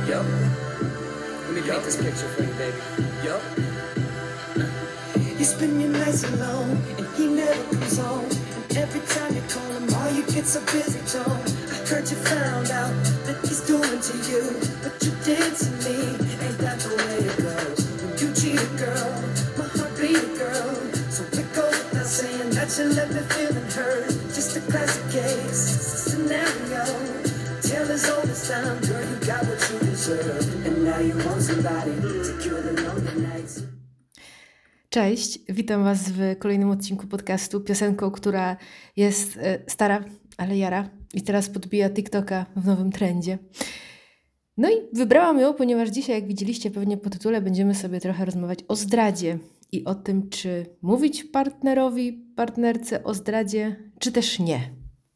Yup. Let me paint this picture for you, baby. Yup. You spend your nights alone, and he never comes home. And every time you call him, all you get's a busy tone. I heard you found out that he's doing to you what you did to me. Ain't that the way it goes? When you cheat a girl, my heart beat a girl. So it goes without saying that you left me feeling hurt. Just a classic case scenario. Tale as old as time, girl, you got what you deserve. And now you want somebody to cure the lonely nights. Cześć, witam Was w kolejnym odcinku podcastu, piosenką, która jest stara, ale jara i teraz podbija TikToka w nowym trendzie. No i wybrałam ją, ponieważ dzisiaj, jak widzieliście pewnie po tytule, będziemy sobie trochę rozmawiać o zdradzie i o tym, czy mówić partnerowi, partnerce o zdradzie, czy też nie.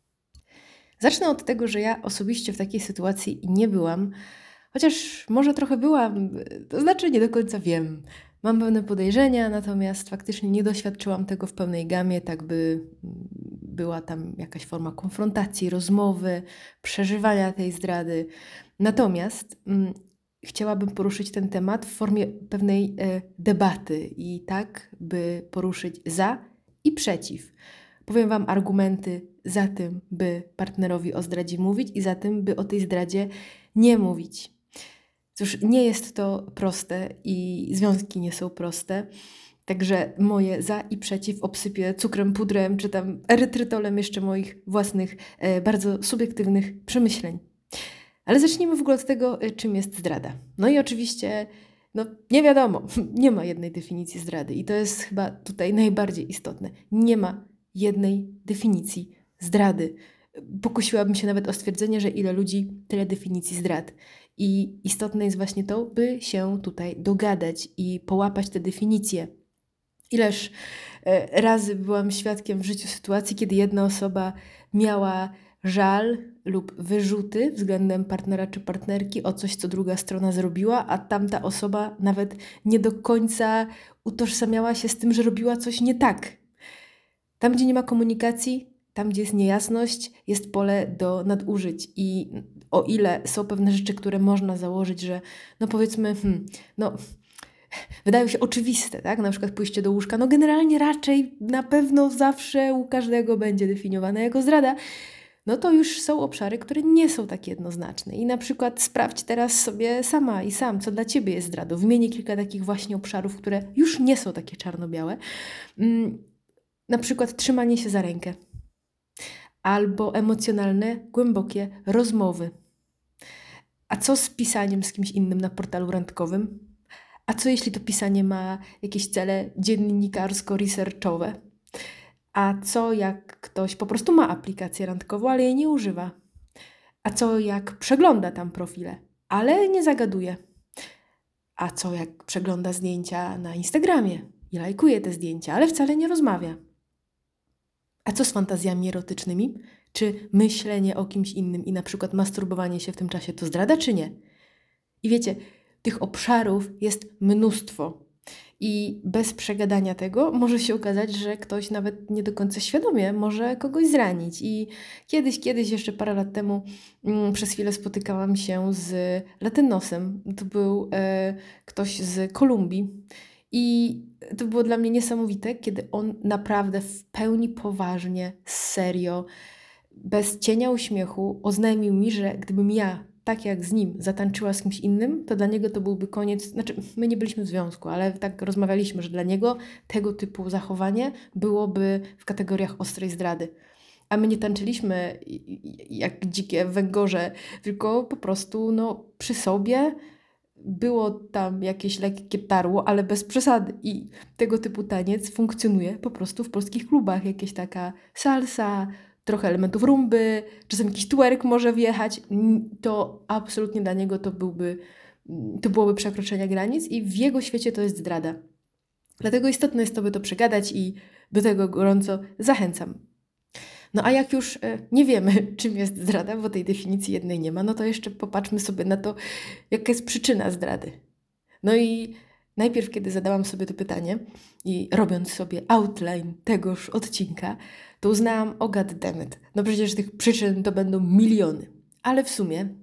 Zacznę od tego, że ja osobiście w takiej sytuacji nie byłam, chociaż może trochę byłam, to znaczy nie do końca wiem. Mam pewne podejrzenia, natomiast faktycznie nie doświadczyłam tego w pełnej gamie, tak by była tam jakaś forma konfrontacji, rozmowy, przeżywania tej zdrady. Natomiast chciałabym poruszyć ten temat w formie pewnej debaty i tak, by poruszyć za i przeciw. Powiem Wam argumenty za tym, by partnerowi o zdradzie mówić i za tym, by o tej zdradzie nie mówić. Cóż, nie jest to proste i związki nie są proste, także moje za i przeciw obsypię cukrem, pudrem czy tam erytrytolem jeszcze moich własnych, bardzo subiektywnych przemyśleń. Ale zacznijmy w ogóle od tego, czym jest zdrada. No i oczywiście, nie wiadomo, nie ma jednej definicji zdrady i to jest chyba tutaj najbardziej istotne. Nie ma jednej definicji zdrady. Pokusiłabym się nawet o stwierdzenie, że ile ludzi, tyle definicji zdrad. I istotne jest właśnie to, by się tutaj dogadać i połapać te definicje. Ileż razy byłam świadkiem w życiu sytuacji, kiedy jedna osoba miała żal lub wyrzuty względem partnera czy partnerki o coś, co druga strona zrobiła, a tamta osoba nawet nie do końca utożsamiała się z tym, że robiła coś nie tak. Tam, gdzie nie ma komunikacji, tam, gdzie jest niejasność, jest pole do nadużyć i o ile są pewne rzeczy, które można założyć, że powiedzmy, wydają się oczywiste, tak? Na przykład pójście do łóżka, generalnie raczej na pewno zawsze u każdego będzie definiowane jako zdrada, to już są obszary, które nie są tak jednoznaczne. I na przykład sprawdź teraz sobie sama i sam, co dla Ciebie jest zdradą. Wymienię kilka takich właśnie obszarów, które już nie są takie czarno-białe. Na przykład trzymanie się za rękę. Albo emocjonalne, głębokie rozmowy. A co z pisaniem z kimś innym na portalu randkowym? A co jeśli to pisanie ma jakieś cele dziennikarsko-researchowe? A co jak ktoś po prostu ma aplikację randkową, ale jej nie używa? A co jak przegląda tam profile, ale nie zagaduje? A co jak przegląda zdjęcia na Instagramie i lajkuje te zdjęcia, ale wcale nie rozmawia? A co z fantazjami erotycznymi? Czy myślenie o kimś innym i na przykład masturbowanie się w tym czasie to zdrada, czy nie? I wiecie, tych obszarów jest mnóstwo. I bez przegadania tego może się okazać, że ktoś nawet nie do końca świadomie może kogoś zranić. I kiedyś, jeszcze parę lat temu, przez chwilę spotykałam się z latynosem. To był ktoś z Kolumbii. I to było dla mnie niesamowite, kiedy on naprawdę w pełni poważnie, serio, bez cienia uśmiechu oznajmił mi, że gdybym ja, tak jak z nim, zatańczyła z kimś innym, to dla niego to byłby koniec. Znaczy, my nie byliśmy w związku, ale tak rozmawialiśmy, że dla niego tego typu zachowanie byłoby w kategoriach ostrej zdrady. A my nie tańczyliśmy jak dzikie węgorze, tylko po prostu przy sobie. Było tam jakieś lekkie tarło, ale bez przesady. I tego typu taniec funkcjonuje po prostu w polskich klubach. Jakieś taka salsa, trochę elementów rumby, czasem jakiś twerk może wjechać. To absolutnie dla niego to byłoby przekroczenie granic i w jego świecie to jest zdrada. Dlatego istotne jest to, by to przegadać i do tego gorąco zachęcam. A jak już nie wiemy, czym jest zdrada, bo tej definicji jednej nie ma, to jeszcze popatrzmy sobie na to, jaka jest przyczyna zdrady. I najpierw, kiedy zadałam sobie to pytanie i robiąc sobie outline tegoż odcinka, to uznałam, god damn it, przecież tych przyczyn to będą miliony. Ale w sumie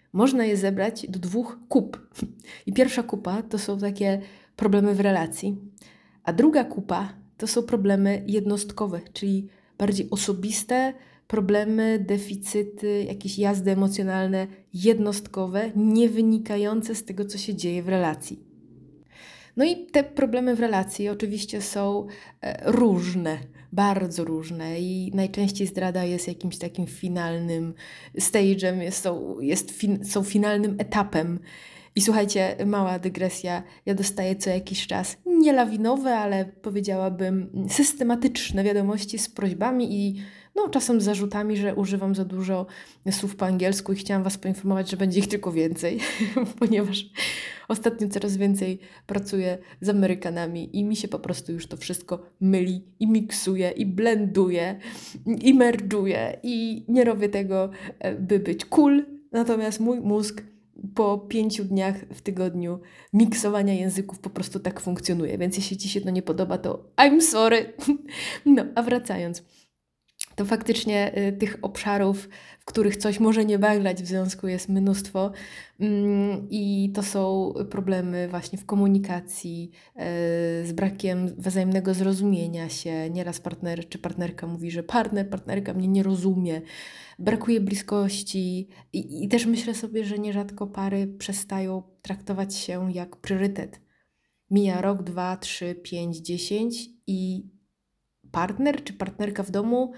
można je zebrać do 2 kup. I pierwsza kupa to są takie problemy w relacji, a druga kupa to są problemy jednostkowe, czyli bardziej osobiste problemy, deficyty, jakieś jazdy emocjonalne jednostkowe, nie wynikające z tego, co się dzieje w relacji. No i te problemy w relacji oczywiście są różne, bardzo różne i najczęściej zdrada jest jakimś takim finalnym stage'em, są finalnym etapem. I słuchajcie, mała dygresja, ja dostaję co jakiś czas, nie lawinowe, ale powiedziałabym systematyczne wiadomości z prośbami i no, czasem z zarzutami, że używam za dużo słów po angielsku i chciałam Was poinformować, że będzie ich tylko więcej, ponieważ ostatnio coraz więcej pracuję z Amerykanami i mi się po prostu już to wszystko myli i miksuje i blenduje i merdżuje i nie robię tego, by być cool, natomiast mój mózg po 5 dniach w tygodniu miksowania języków po prostu tak funkcjonuje, więc jeśli Ci się to nie podoba, to I'm sorry. No, a wracając, to faktycznie tych obszarów, w których coś może nie baglać w związku jest mnóstwo i to są problemy właśnie w komunikacji, z brakiem wzajemnego zrozumienia się. Nieraz partner czy partnerka mówi, że partnerka mnie nie rozumie, brakuje bliskości i też myślę sobie, że nierzadko pary przestają traktować się jak priorytet. Mija rok, 2, 3, 5, 10 i partner czy partnerka w domu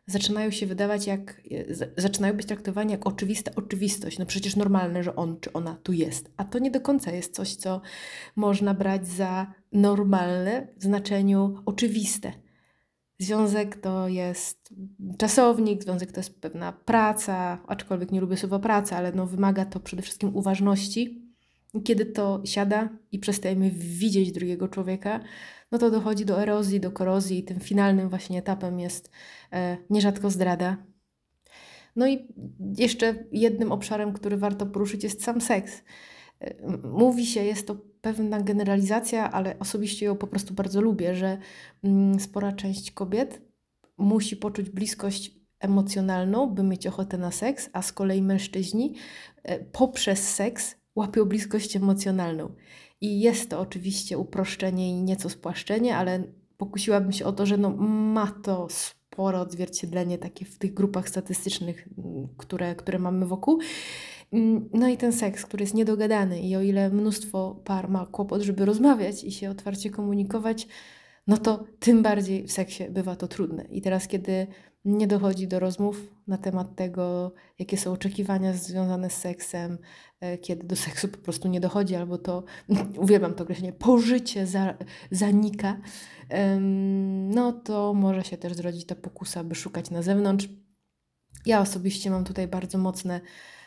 zaczynają być traktowani jak oczywista oczywistość. No przecież normalne, że on czy ona tu jest. A to nie do końca jest coś, co można brać za normalne w znaczeniu oczywiste. Związek to jest czasownik, związek to jest pewna praca, aczkolwiek nie lubię słowa praca, ale no wymaga to przede wszystkim uważności. Kiedy to siada i przestajemy widzieć drugiego człowieka, no to dochodzi do erozji, do korozji i tym finalnym właśnie etapem jest nierzadko zdrada. No i jeszcze jednym obszarem, który warto poruszyć jest sam seks. Mówi się, jest to pewna generalizacja, ale osobiście ją po prostu bardzo lubię, że spora część kobiet musi poczuć bliskość emocjonalną, by mieć ochotę na seks, a z kolei mężczyźni poprzez seks łapią bliskość emocjonalną. I jest to oczywiście uproszczenie i nieco spłaszczenie, ale pokusiłabym się o to, że no, ma to spore odzwierciedlenie takie w tych grupach statystycznych, które mamy wokół. No i ten seks, który jest niedogadany i o ile mnóstwo par ma kłopot, żeby rozmawiać i się otwarcie komunikować, no to tym bardziej w seksie bywa to trudne. I teraz, kiedy nie dochodzi do rozmów na temat tego, jakie są oczekiwania związane z seksem, kiedy do seksu po prostu nie dochodzi, albo to, uwielbiam to określenie, pożycie zanika, no to może się też zrodzić ta pokusa, by szukać na zewnątrz. Ja osobiście mam tutaj bardzo mocne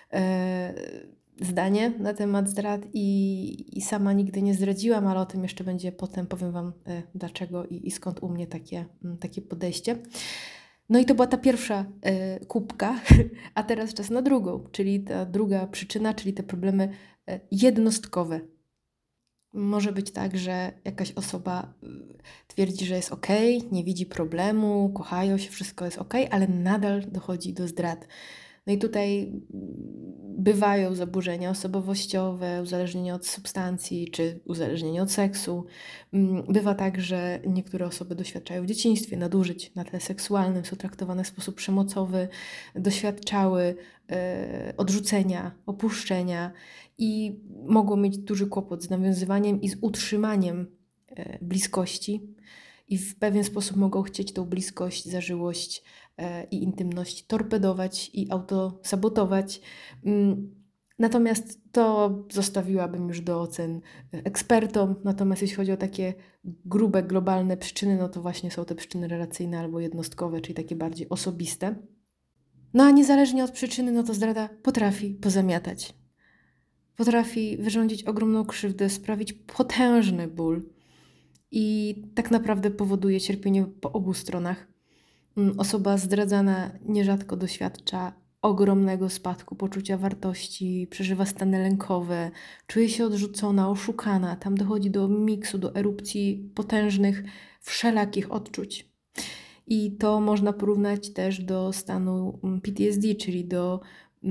zdanie na temat zdrad i sama nigdy nie zdradziłam, ale o tym jeszcze będzie potem, powiem Wam dlaczego i skąd u mnie takie podejście. No i to była ta pierwsza kubka, a teraz czas na drugą, czyli ta druga przyczyna, czyli te problemy jednostkowe. Może być tak, że jakaś osoba twierdzi, że jest okej, nie widzi problemu, kochają się, wszystko jest okej, ale nadal dochodzi do zdrad. No i tutaj bywają zaburzenia osobowościowe, uzależnienie od substancji czy uzależnienie od seksu. Bywa tak, że niektóre osoby doświadczają w dzieciństwie nadużyć na tle seksualnym, są traktowane w sposób przemocowy, doświadczały odrzucenia, opuszczenia i mogą mieć duży kłopot z nawiązywaniem i z utrzymaniem bliskości i w pewien sposób mogą chcieć tą bliskość, zażyłość i intymność torpedować i autosabotować. Natomiast to zostawiłabym już do ocen ekspertom. Natomiast jeśli chodzi o takie grube, globalne przyczyny, no to właśnie są te przyczyny relacyjne albo jednostkowe, czyli takie bardziej osobiste. No a niezależnie od przyczyny, no to zdrada potrafi pozamiatać. Potrafi wyrządzić ogromną krzywdę, sprawić potężny ból i tak naprawdę powoduje cierpienie po obu stronach. Osoba zdradzana nierzadko doświadcza ogromnego spadku poczucia wartości, przeżywa stany lękowe, czuje się odrzucona, oszukana. Tam dochodzi do miksu, do erupcji potężnych, wszelakich odczuć. I to można porównać też do stanu PTSD, czyli do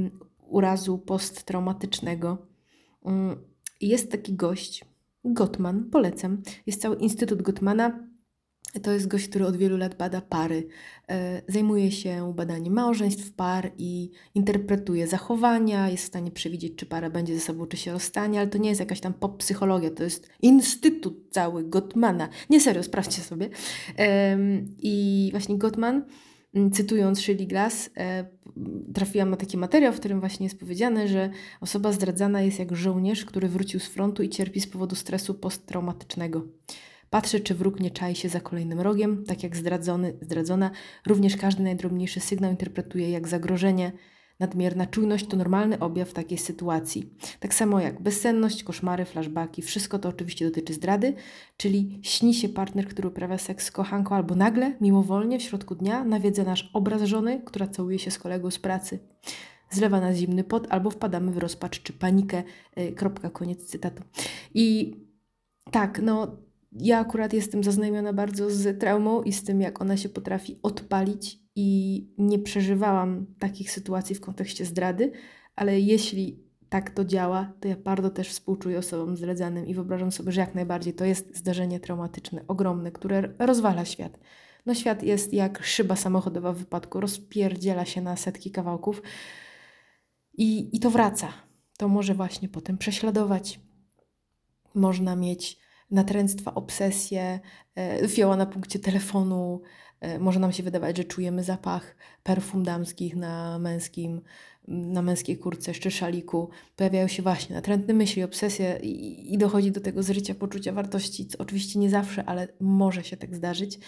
urazu posttraumatycznego. I jest taki gość, Gottman, polecam. Jest cały Instytut Gottmana. To jest gość, który od wielu lat bada pary. Zajmuje się badaniem małżeństw par i interpretuje zachowania, jest w stanie przewidzieć, czy para będzie ze sobą, czy się rozstanie, ale to nie jest jakaś tam pop psychologia, to jest Instytut cały Gottmana. Nie, serio, sprawdźcie sobie. I właśnie Gottman, cytując Shirley Glass, trafiłam na taki materiał, w którym właśnie jest powiedziane, że osoba zdradzana jest jak żołnierz, który wrócił z frontu i cierpi z powodu stresu posttraumatycznego. Patrzy, czy wróg nie czai się za kolejnym rogiem, tak jak zdradzona. Również każdy najdrobniejszy sygnał interpretuje jak zagrożenie. Nadmierna czujność to normalny objaw takiej sytuacji. Tak samo jak bezsenność, koszmary, flashbacki, wszystko to oczywiście dotyczy zdrady, czyli śni się partner, który uprawia seks z kochanką, albo nagle, mimowolnie, w środku dnia nawiedza nasz obraz żony, która całuje się z kolegą z pracy. Zlewa nas zimny pot, albo wpadamy w rozpacz czy panikę. Koniec cytatu. I tak, ja akurat jestem zaznajomiona bardzo z traumą i z tym, jak ona się potrafi odpalić i nie przeżywałam takich sytuacji w kontekście zdrady, ale jeśli tak to działa, to ja bardzo też współczuję osobom zdradzanym i wyobrażam sobie, że jak najbardziej to jest zdarzenie traumatyczne, ogromne, które rozwala świat. Świat jest jak szyba samochodowa w wypadku, rozpierdziela się na setki kawałków i to wraca. To może właśnie potem prześladować. Można mieć natręctwa, obsesje, fioła na punkcie telefonu. Może nam się wydawać, że czujemy zapach perfum damskich na męskiej kurtce czy szaliku. Pojawiają się właśnie natrętne myśli, obsesje i dochodzi do tego zrycia poczucia wartości, co oczywiście nie zawsze, ale może się tak zdarzyć.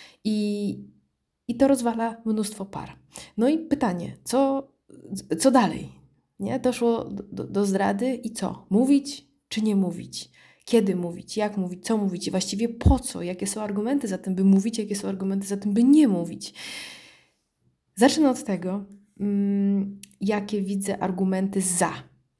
I to rozwala mnóstwo par. I pytanie, co dalej? Nie? Doszło do zdrady i co? Mówić czy nie mówić? Kiedy mówić, jak mówić, co mówić i właściwie po co, jakie są argumenty za tym, by mówić, jakie są argumenty za tym, by nie mówić. Zacznę od tego, jakie widzę argumenty za.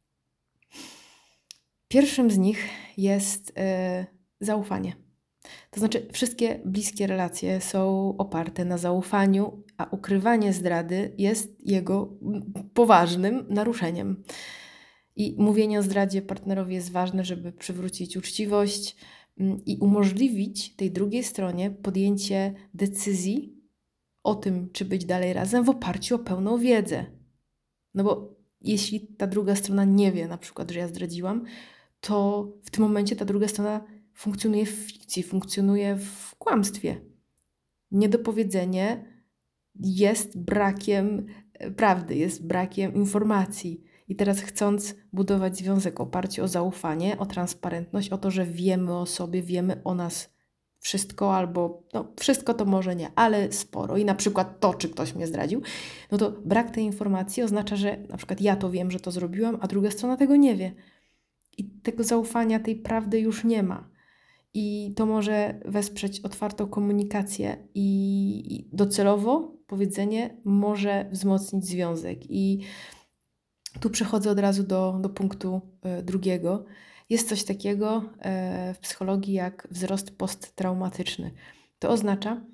Pierwszym z nich jest zaufanie. To znaczy, wszystkie bliskie relacje są oparte na zaufaniu, a ukrywanie zdrady jest jego poważnym naruszeniem. I mówienie o zdradzie partnerowi jest ważne, żeby przywrócić uczciwość i umożliwić tej drugiej stronie podjęcie decyzji o tym, czy być dalej razem w oparciu o pełną wiedzę. Bo jeśli ta druga strona nie wie na przykład, że ja zdradziłam, to w tym momencie ta druga strona funkcjonuje w fikcji, funkcjonuje w kłamstwie. Niedopowiedzenie jest brakiem prawdy, jest brakiem informacji. I teraz chcąc budować związek w oparciu o zaufanie, o transparentność, o to, że wiemy o sobie, wiemy o nas wszystko albo wszystko to może nie, ale sporo i na przykład to, czy ktoś mnie zdradził, to brak tej informacji oznacza, że na przykład ja to wiem, że to zrobiłam, a druga strona tego nie wie. I tego zaufania, tej prawdy już nie ma. I to może wesprzeć otwartą komunikację i docelowo powiedzenie może wzmocnić związek. I tu przechodzę od razu do punktu drugiego. Jest coś takiego w psychologii jak wzrost posttraumatyczny. To oznacza,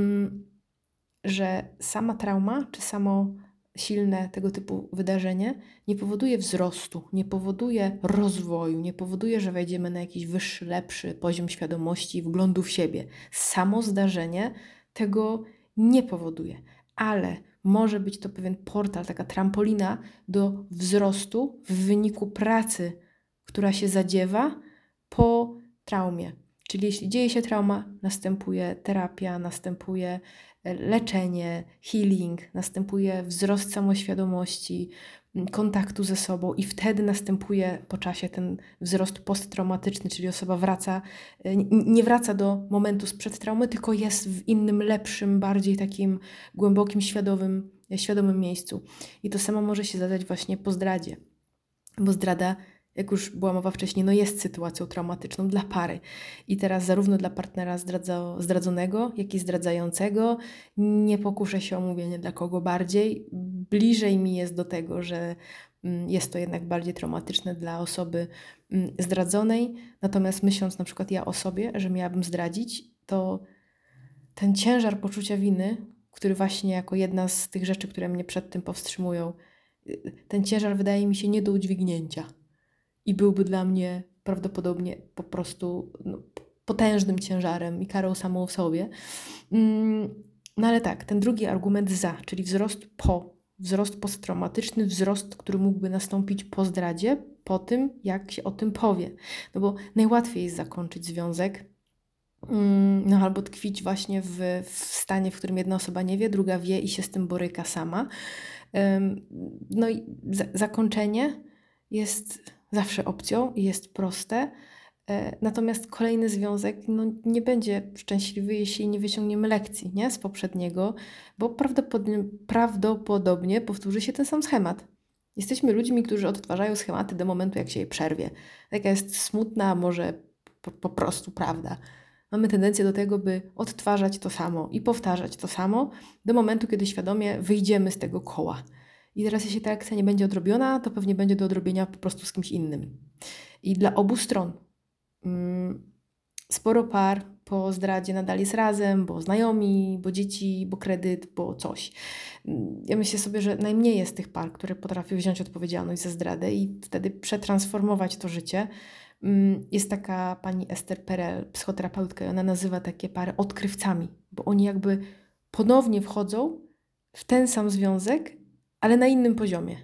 że sama trauma czy samo silne tego typu wydarzenie nie powoduje wzrostu, nie powoduje rozwoju, nie powoduje, że wejdziemy na jakiś wyższy, lepszy poziom świadomości i wglądu w siebie. Samo zdarzenie tego nie powoduje, ale może być to pewien portal, taka trampolina do wzrostu w wyniku pracy, która się zadziewa po traumie. Czyli jeśli dzieje się trauma, następuje terapia, następuje leczenie, healing, następuje wzrost samoświadomości, kontaktu ze sobą i wtedy następuje po czasie ten wzrost posttraumatyczny, czyli osoba nie wraca do momentu sprzed traumy, tylko jest w innym, lepszym, bardziej takim głębokim, świadomym miejscu. I to samo może się zadać właśnie po zdradzie, bo zdrada, jak już była mowa wcześniej, jest sytuacją traumatyczną dla pary. I teraz zarówno dla partnera zdradzonego, jak i zdradzającego nie pokuszę się o mówienie dla kogo bardziej. Bliżej mi jest do tego, że jest to jednak bardziej traumatyczne dla osoby zdradzonej. Natomiast myśląc na przykład ja o sobie, że miałabym zdradzić, to ten ciężar poczucia winy, który właśnie jako jedna z tych rzeczy, które mnie przed tym powstrzymują, ten ciężar wydaje mi się nie do udźwignięcia i byłby dla mnie prawdopodobnie po prostu potężnym ciężarem i karą samą w sobie. No ale tak, ten drugi argument za, czyli wzrost posttraumatyczny, wzrost, który mógłby nastąpić po zdradzie, po tym, jak się o tym powie. No bo najłatwiej jest zakończyć związek, no albo tkwić właśnie w stanie, w którym jedna osoba nie wie, druga wie i się z tym boryka sama. No i zakończenie jest zawsze opcją i jest proste, natomiast kolejny związek nie będzie szczęśliwy, jeśli nie wyciągniemy lekcji, nie? Z poprzedniego, bo prawdopodobnie powtórzy się ten sam schemat. Jesteśmy ludźmi, którzy odtwarzają schematy do momentu, jak się je przerwie. Taka jest smutna, a może po prostu prawda. Mamy tendencję do tego, by odtwarzać to samo i powtarzać to samo do momentu, kiedy świadomie wyjdziemy z tego koła. I teraz jeśli ta lekcja nie będzie odrobiona, to pewnie będzie do odrobienia po prostu z kimś innym. I dla obu stron. Sporo par po zdradzie nadal jest razem, bo znajomi, bo dzieci, bo kredyt, bo coś. Ja myślę sobie, że najmniej jest tych par, które potrafią wziąć odpowiedzialność za zdradę i wtedy przetransformować to życie. Jest taka pani Esther Perel, psychoterapeutka, i ona nazywa takie pary odkrywcami, bo oni jakby ponownie wchodzą w ten sam związek, ale na innym poziomie.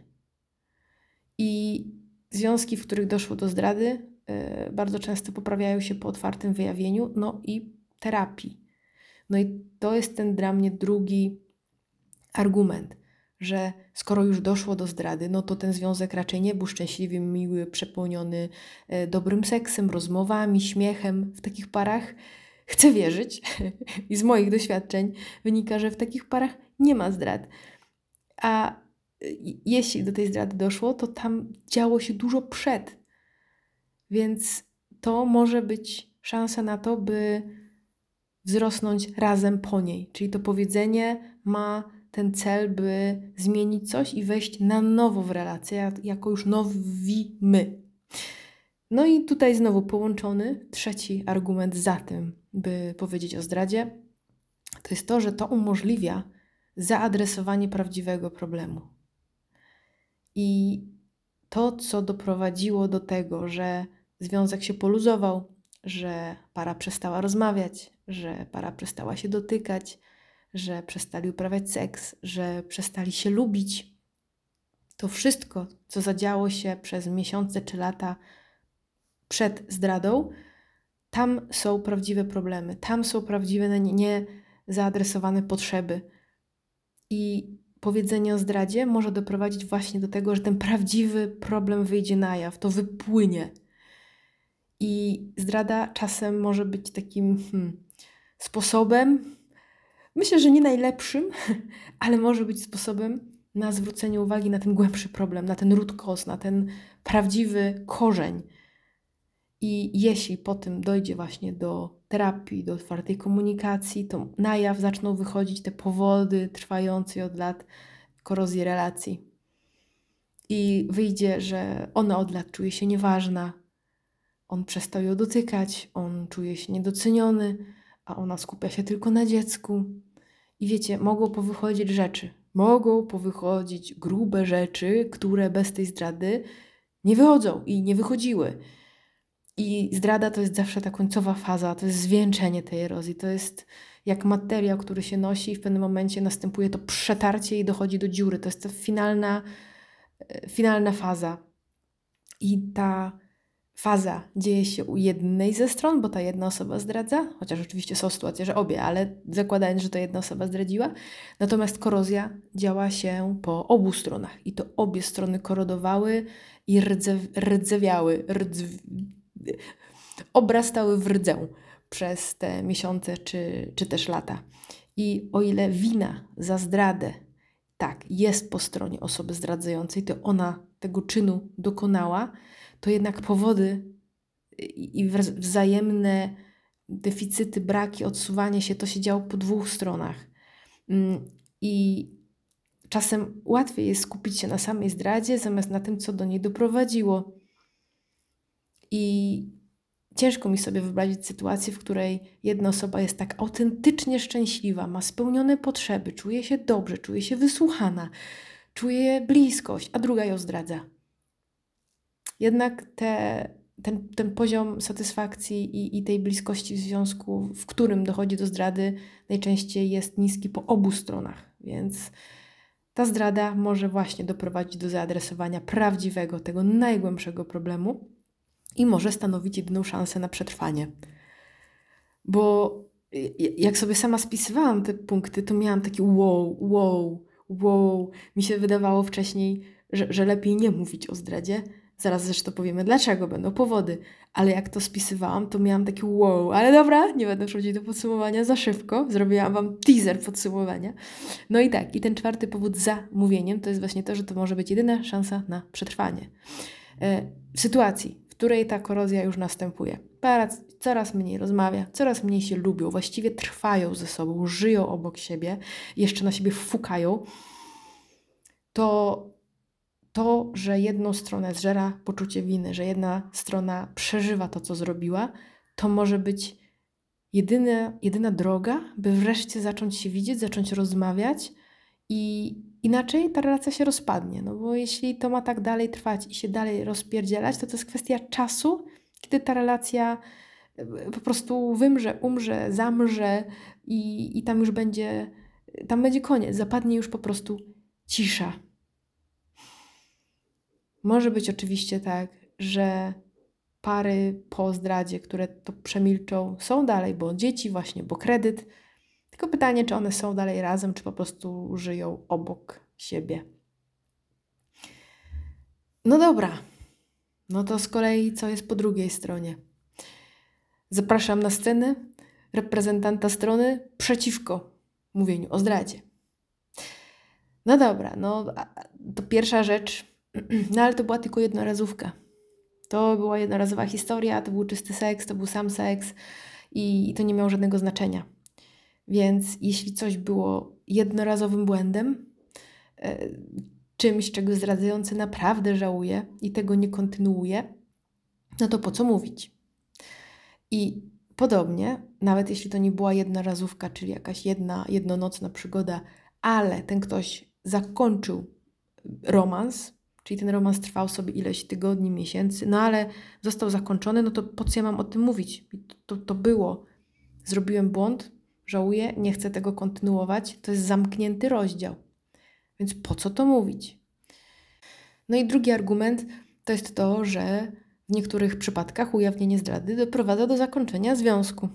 I związki, w których doszło do zdrady, bardzo często poprawiają się po otwartym wyjawieniu, no i terapii. No i to jest ten dla mnie drugi argument, że skoro już doszło do zdrady, no to ten związek raczej nie był szczęśliwy, miły, przepełniony dobrym seksem, rozmowami, śmiechem. W takich parach chcę wierzyć i z moich doświadczeń wynika, że w takich parach nie ma zdrad. A jeśli do tej zdrady doszło, to tam działo się dużo przed. Więc to może być szansa na to, by wzrosnąć razem po niej. Czyli to powiedzenie ma ten cel, by zmienić coś i wejść na nowo w relację, jako już nowi my. No i tutaj znowu połączony trzeci argument za tym, by powiedzieć o zdradzie, to jest to, że to umożliwia zaadresowanie prawdziwego problemu. I to, co doprowadziło do tego, że związek się poluzował, że para przestała rozmawiać, że para przestała się dotykać, że przestali uprawiać seks, że przestali się lubić. To wszystko, co zadziało się przez miesiące czy lata przed zdradą, tam są prawdziwe problemy, tam są prawdziwe, niezaadresowane potrzeby. I powiedzenie o zdradzie może doprowadzić właśnie do tego, że ten prawdziwy problem wyjdzie na jaw, to wypłynie. I zdrada czasem może być takim sposobem, myślę, że nie najlepszym, ale może być sposobem na zwrócenie uwagi na ten głębszy problem, na ten root cause, na ten prawdziwy korzeń. I jeśli po tym dojdzie właśnie do terapii, do otwartej komunikacji, to na jaw zaczną wychodzić te powody trwającej od lat korozji relacji. I wyjdzie, że ona od lat czuje się nieważna, on przestał ją dotykać, on czuje się niedoceniony, a ona skupia się tylko na dziecku. I wiecie, mogą powychodzić grube rzeczy, które bez tej zdrady nie wychodzą i nie wychodziły. I zdrada to jest zawsze ta końcowa faza, to jest zwieńczenie tej erozji, to jest jak materiał, który się nosi i w pewnym momencie następuje to przetarcie i dochodzi do dziury. To jest ta finalna faza. I ta faza dzieje się u jednej ze stron, bo ta jedna osoba zdradza, chociaż oczywiście są sytuacje, że obie, ale zakładając, że to jedna osoba zdradziła. Natomiast korozja działa się po obu stronach i to obie strony korodowały i rdzewiały, obrastały w rdzę przez te miesiące czy też lata. I o ile wina za zdradę tak jest po stronie osoby zdradzającej, to ona tego czynu dokonała, to jednak powody i wzajemne deficyty, braki, odsuwanie się, to się działo po dwóch stronach. I czasem łatwiej jest skupić się na samej zdradzie, zamiast na tym, co do niej doprowadziło. I ciężko mi sobie wyobrazić sytuację, w której jedna osoba jest tak autentycznie szczęśliwa, ma spełnione potrzeby, czuje się dobrze, czuje się wysłuchana, czuje bliskość, a druga ją zdradza. Jednak ten poziom satysfakcji i tej bliskości w związku, w którym dochodzi do zdrady, najczęściej jest niski po obu stronach, więc ta zdrada może właśnie doprowadzić do zaadresowania prawdziwego, tego najgłębszego problemu i może stanowić jedyną szansę na przetrwanie. Bo jak sobie sama spisywałam te punkty, to miałam taki wow. Mi się wydawało wcześniej, że lepiej nie mówić o zdradzie. Zaraz zresztą powiemy dlaczego, będą powody. Ale jak to spisywałam, to miałam taki wow. Ale dobra, nie będę przechodzić do podsumowania za szybko. Zrobiłam wam teaser podsumowania. No i tak, i ten czwarty powód za mówieniem to jest właśnie to, że to może być jedyna szansa na przetrwanie. W sytuacji, w której ta korozja już następuje. Para coraz mniej rozmawia, coraz mniej się lubią, właściwie trwają ze sobą, żyją obok siebie, jeszcze na siebie fukają, to, że jedną stronę zżera poczucie winy, że jedna strona przeżywa to, co zrobiła, to może być jedyna droga, by wreszcie zacząć się widzieć, zacząć rozmawiać i inaczej ta relacja się rozpadnie. No bo jeśli to ma tak dalej trwać i się dalej rozpierdzielać, to jest kwestia czasu, kiedy ta relacja po prostu wymrze, umrze, zamrze i tam już będzie koniec, zapadnie już po prostu cisza. Może być oczywiście tak, że pary po zdradzie, które to przemilczą, są dalej, bo dzieci właśnie, bo kredyt. Tylko pytanie, czy one są dalej razem, czy po prostu żyją obok siebie. No dobra, no to z kolei co jest po drugiej stronie? Zapraszam na scenę reprezentanta strony przeciwko mówieniu o zdradzie. No dobra, no to pierwsza rzecz, no ale to była tylko jednorazówka. To była jednorazowa historia, to był czysty seks, to był sam seks i to nie miało żadnego znaczenia. Więc jeśli coś było jednorazowym błędem, czymś, czego zdradzający naprawdę żałuje i tego nie kontynuuje, no to po co mówić? I podobnie, nawet jeśli to nie była jednorazówka, czyli jakaś jednonocna przygoda, ale ten ktoś zakończył romans, czyli ten romans trwał sobie ileś tygodni, miesięcy, no ale został zakończony, no to po co ja mam o tym mówić? To było. Zrobiłem błąd, żałuję, nie chcę tego kontynuować. To jest zamknięty rozdział. Więc po co to mówić? No i drugi argument to jest to, że w niektórych przypadkach ujawnienie zdrady doprowadza do zakończenia związku.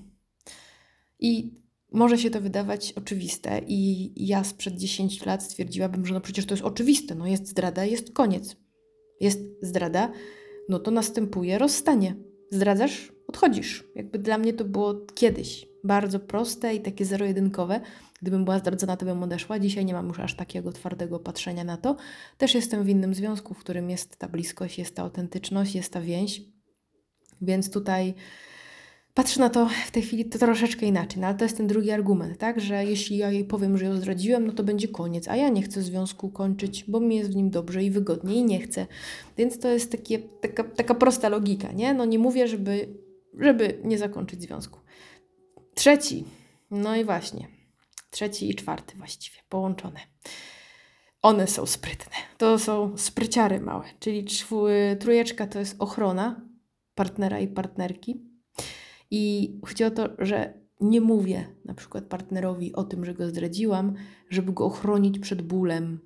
I może się to wydawać oczywiste i ja sprzed 10 lat stwierdziłabym, że no przecież to jest oczywiste, no jest zdrada, jest koniec. Jest zdrada, no to następuje rozstanie. Zdradzasz, odchodzisz. Jakby dla mnie to było kiedyś bardzo proste i takie zero-jedynkowe. Gdybym była zdradzona, to bym odeszła. Dzisiaj nie mam już aż takiego twardego patrzenia na to. Też jestem w innym związku, w którym jest ta bliskość, jest ta autentyczność, jest ta więź. Więc tutaj patrzę na to w tej chwili to troszeczkę inaczej, no ale to jest ten drugi argument, tak, że jeśli ja jej powiem, że ją zdradziłem, no to będzie koniec, a ja nie chcę związku kończyć, bo mi jest w nim dobrze i wygodnie i nie chcę. Więc to jest taka prosta logika, nie? No nie mówię, żeby nie zakończyć związku. Trzeci, no i właśnie, trzeci i czwarty właściwie, połączone. One są sprytne, to są spryciary małe, czyli trójeczka to jest ochrona partnera i partnerki. I chodzi o to, że nie mówię na przykład partnerowi o tym, że go zdradziłam, żeby go ochronić przed bólem.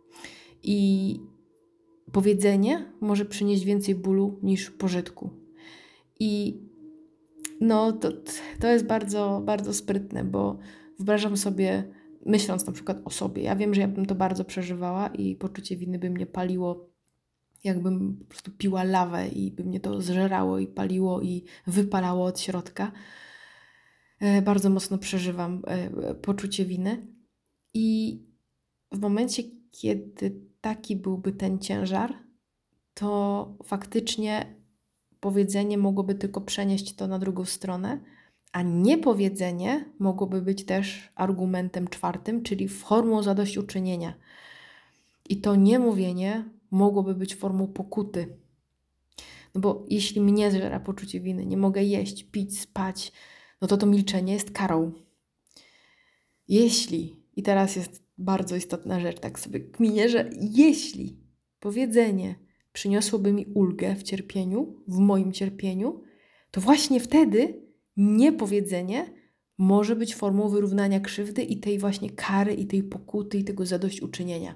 I powiedzenie może przynieść więcej bólu niż pożytku. I no to jest bardzo, bardzo sprytne, bo wyobrażam sobie, myśląc na przykład o sobie, ja wiem, że ja bym to bardzo przeżywała i poczucie winy by mnie paliło, jakbym po prostu piła lawę i by mnie to zżerało i paliło i wypalało od środka. Bardzo mocno przeżywam poczucie winy. I w momencie, kiedy taki byłby ten ciężar, to faktycznie powiedzenie mogłoby tylko przenieść to na drugą stronę, a niepowiedzenie mogłoby być też argumentem czwartym, czyli formą zadośćuczynienia. I to niemówienie mogłoby być formą pokuty. No bo jeśli mnie zżera poczucie winy, nie mogę jeść, pić, spać, no to milczenie jest karą. Jeśli, i teraz jest bardzo istotna rzecz, tak sobie kminię, że jeśli powiedzenie przyniosłoby mi ulgę w cierpieniu, w moim cierpieniu, to właśnie wtedy niepowiedzenie może być formą wyrównania krzywdy i tej właśnie kary, i tej pokuty, i tego zadośćuczynienia.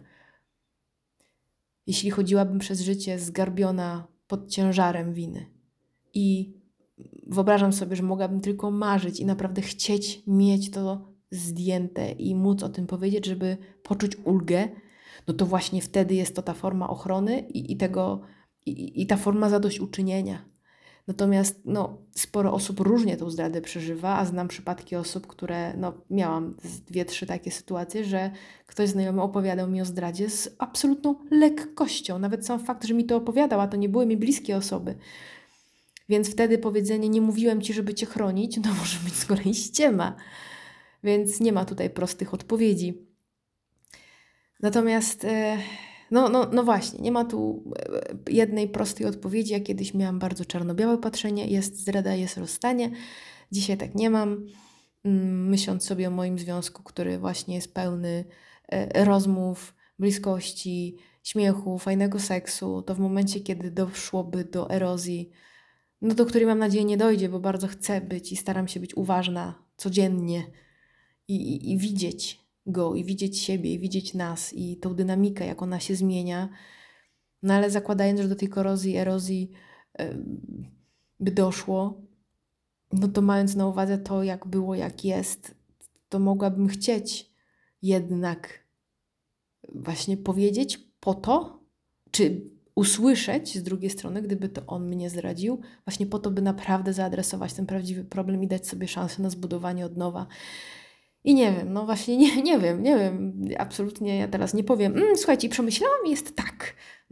Jeśli chodziłabym przez życie zgarbiona pod ciężarem winy i wyobrażam sobie, że mogłabym tylko marzyć i naprawdę chcieć mieć to zdjęte i móc o tym powiedzieć, żeby poczuć ulgę, no to właśnie wtedy jest to ta forma ochrony i ta forma zadośćuczynienia. Natomiast sporo osób różnie tą zdradę przeżywa, a znam przypadki osób, które, miałam 2-3 takie sytuacje, że ktoś znajomy opowiadał mi o zdradzie z absolutną lekkością. Nawet sam fakt, że mi to opowiadał, a to nie były mi bliskie osoby. Więc wtedy powiedzenie nie mówiłem ci, żeby cię chronić, może być z kolei ściema. Więc nie ma tutaj prostych odpowiedzi. Natomiast właśnie, nie ma tu jednej prostej odpowiedzi. Ja kiedyś miałam bardzo czarno-białe patrzenie. Jest zdrada, jest rozstanie. Dzisiaj tak nie mam. Myśląc sobie o moim związku, który właśnie jest pełny rozmów, bliskości, śmiechu, fajnego seksu, to w momencie, kiedy doszłoby do erozji, do której mam nadzieję nie dojdzie, bo bardzo chcę być i staram się być uważna codziennie i widzieć go, i widzieć siebie, i widzieć nas, i tą dynamikę, jak ona się zmienia. Ale zakładając, że do tej erozji by doszło, to mając na uwadze to, jak było, jak jest, to mogłabym chcieć jednak właśnie powiedzieć po to, czy usłyszeć z drugiej strony, gdyby to on mnie zdradził, właśnie po to, by naprawdę zaadresować ten prawdziwy problem i dać sobie szansę na zbudowanie od nowa. I nie wiem, właśnie nie wiem, absolutnie ja teraz nie powiem, słuchajcie, przemyślałam i jest tak.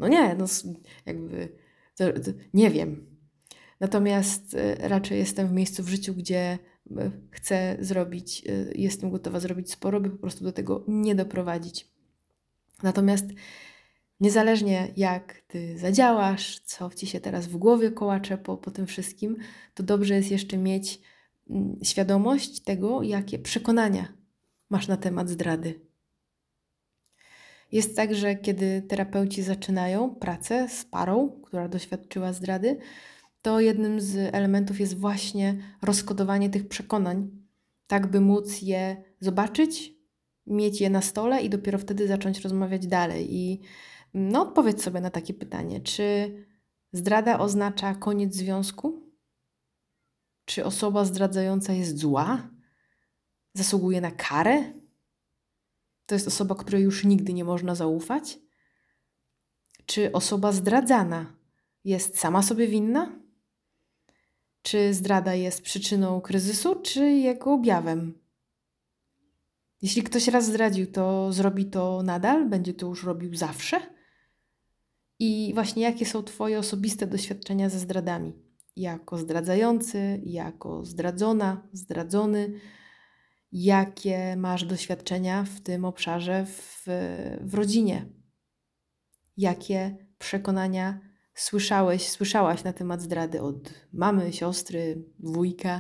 Nie wiem. Natomiast raczej jestem w miejscu w życiu, gdzie chcę zrobić, jestem gotowa zrobić sporo, by po prostu do tego nie doprowadzić. Natomiast niezależnie jak ty zadziałasz, co ci się teraz w głowie kołacze po tym wszystkim, to dobrze jest jeszcze mieć świadomość tego, jakie przekonania masz na temat zdrady. Jest tak, że kiedy terapeuci zaczynają pracę z parą, która doświadczyła zdrady, to jednym z elementów jest właśnie rozkodowanie tych przekonań, tak by móc je zobaczyć, mieć je na stole i dopiero wtedy zacząć rozmawiać dalej. I odpowiedz sobie na takie pytanie, czy zdrada oznacza koniec związku? Czy osoba zdradzająca jest zła? Zasługuje na karę? To jest osoba, której już nigdy nie można zaufać? Czy osoba zdradzana jest sama sobie winna? Czy zdrada jest przyczyną kryzysu, czy jego objawem? Jeśli ktoś raz zdradził, to zrobi to nadal? Będzie to już robił zawsze? I właśnie jakie są twoje osobiste doświadczenia ze zdradami? Jako zdradzający, jako zdradzona, zdradzony? Jakie masz doświadczenia w tym obszarze w rodzinie? Jakie przekonania słyszałaś na temat zdrady od mamy, siostry, wujka?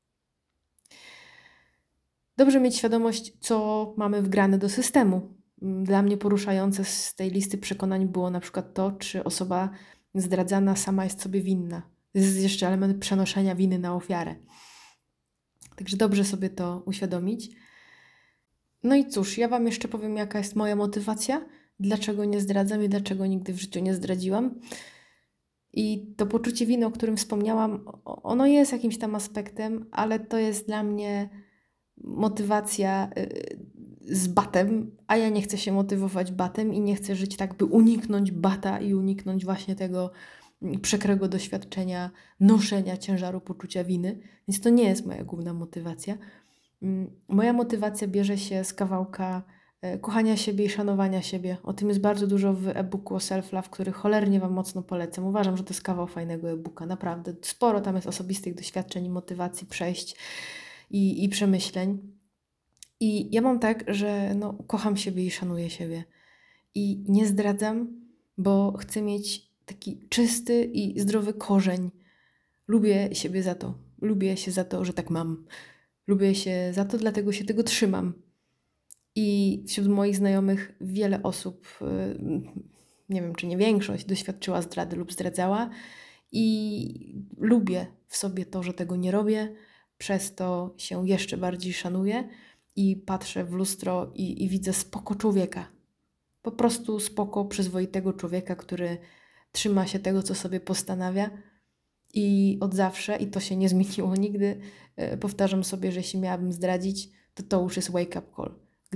Dobrze mieć świadomość, co mamy wgrane do systemu. Dla mnie poruszające z tej listy przekonań było na przykład to, czy osoba zdradzana sama jest sobie winna. To jest jeszcze element przenoszenia winy na ofiarę. Także dobrze sobie to uświadomić. No i cóż, ja wam jeszcze powiem, jaka jest moja motywacja, dlaczego nie zdradzam i dlaczego nigdy w życiu nie zdradziłam. I to poczucie winy, o którym wspomniałam, ono jest jakimś tam aspektem, ale to jest dla mnie motywacja z batem, a ja nie chcę się motywować batem i nie chcę żyć tak, by uniknąć bata i uniknąć właśnie tego przekrego doświadczenia, noszenia ciężaru poczucia winy. Więc to nie jest moja główna motywacja. Moja motywacja bierze się z kawałka kochania siebie i szanowania siebie. O tym jest bardzo dużo w e-booku o self-love, który cholernie wam mocno polecam. Uważam, że to jest kawał fajnego e-booka, naprawdę. Sporo tam jest osobistych doświadczeń i motywacji, przejść i przemyśleń. I ja mam tak, że kocham siebie i szanuję siebie. I nie zdradzam, bo chcę mieć taki czysty i zdrowy korzeń. Lubię siebie za to. Lubię się za to, że tak mam. Lubię się za to, dlatego się tego trzymam. I wśród moich znajomych wiele osób, nie wiem czy nie większość, doświadczyła zdrady lub zdradzała. I lubię w sobie to, że tego nie robię, przez to się jeszcze bardziej szanuję i patrzę w lustro i widzę spoko człowieka. Po prostu spoko, przyzwoitego człowieka, który trzyma się tego, co sobie postanawia. I od zawsze, i to się nie zmieniło nigdy, powtarzam sobie, że jeśli miałabym zdradzić, to już jest wake up call.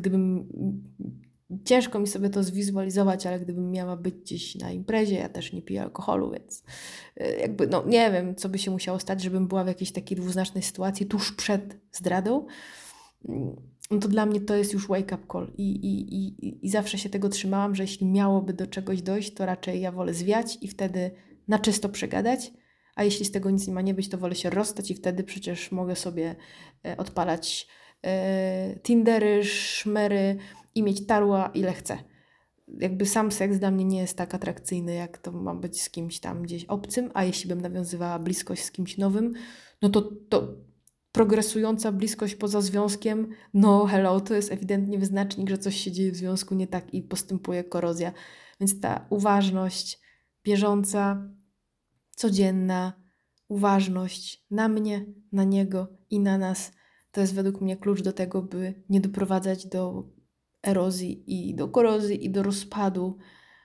Ciężko mi sobie to zwizualizować, ale gdybym miała być gdzieś na imprezie, ja też nie piję alkoholu, więc jakby, no nie wiem, co by się musiało stać, żebym była w jakiejś takiej dwuznacznej sytuacji tuż przed zdradą, no to dla mnie to jest już wake up call i zawsze się tego trzymałam, że jeśli miałoby do czegoś dojść, to raczej ja wolę zwiać i wtedy na czysto przegadać, a jeśli z tego nic nie ma nie być, to wolę się rozstać i wtedy przecież mogę sobie odpalać Tindery, szmery i mieć tarła ile chcę. Jakby sam seks dla mnie nie jest tak atrakcyjny, jak to ma być z kimś tam gdzieś obcym, a jeśli bym nawiązywała bliskość z kimś nowym, no to progresująca bliskość poza związkiem, no hello, to jest ewidentnie wyznacznik, że coś się dzieje w związku nie tak i postępuje korozja. Więc ta uważność bieżąca, codzienna, uważność na mnie, na niego i na nas, to jest według mnie klucz do tego, by nie doprowadzać do erozji i do korozji i do rozpadu.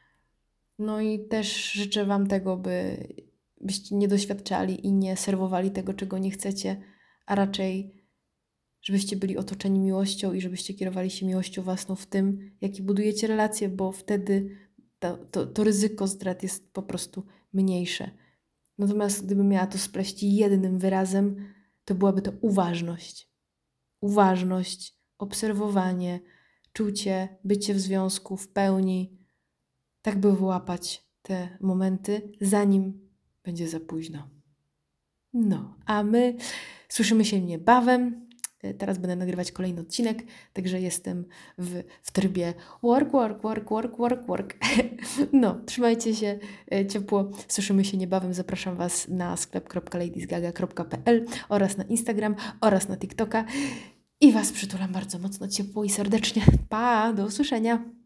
No i też życzę Wam tego, byście nie doświadczali i nie serwowali tego, czego nie chcecie, a raczej żebyście byli otoczeni miłością i żebyście kierowali się miłością własną w tym, jakie budujecie relacje, bo wtedy to ryzyko zdrad jest po prostu mniejsze. Natomiast gdybym miała to spleść jednym wyrazem, to byłaby to uważność. Uważność, obserwowanie, czucie, bycie w związku w pełni, tak by wyłapać te momenty, zanim będzie za późno. No, a my słyszymy się niebawem. Teraz będę nagrywać kolejny odcinek, także jestem w trybie work. No, trzymajcie się ciepło. Słyszymy się niebawem. Zapraszam Was na sklep.ladiesgaga.pl oraz na Instagram oraz na TikToka. I Was przytulam bardzo mocno, ciepło i serdecznie. Pa, do usłyszenia.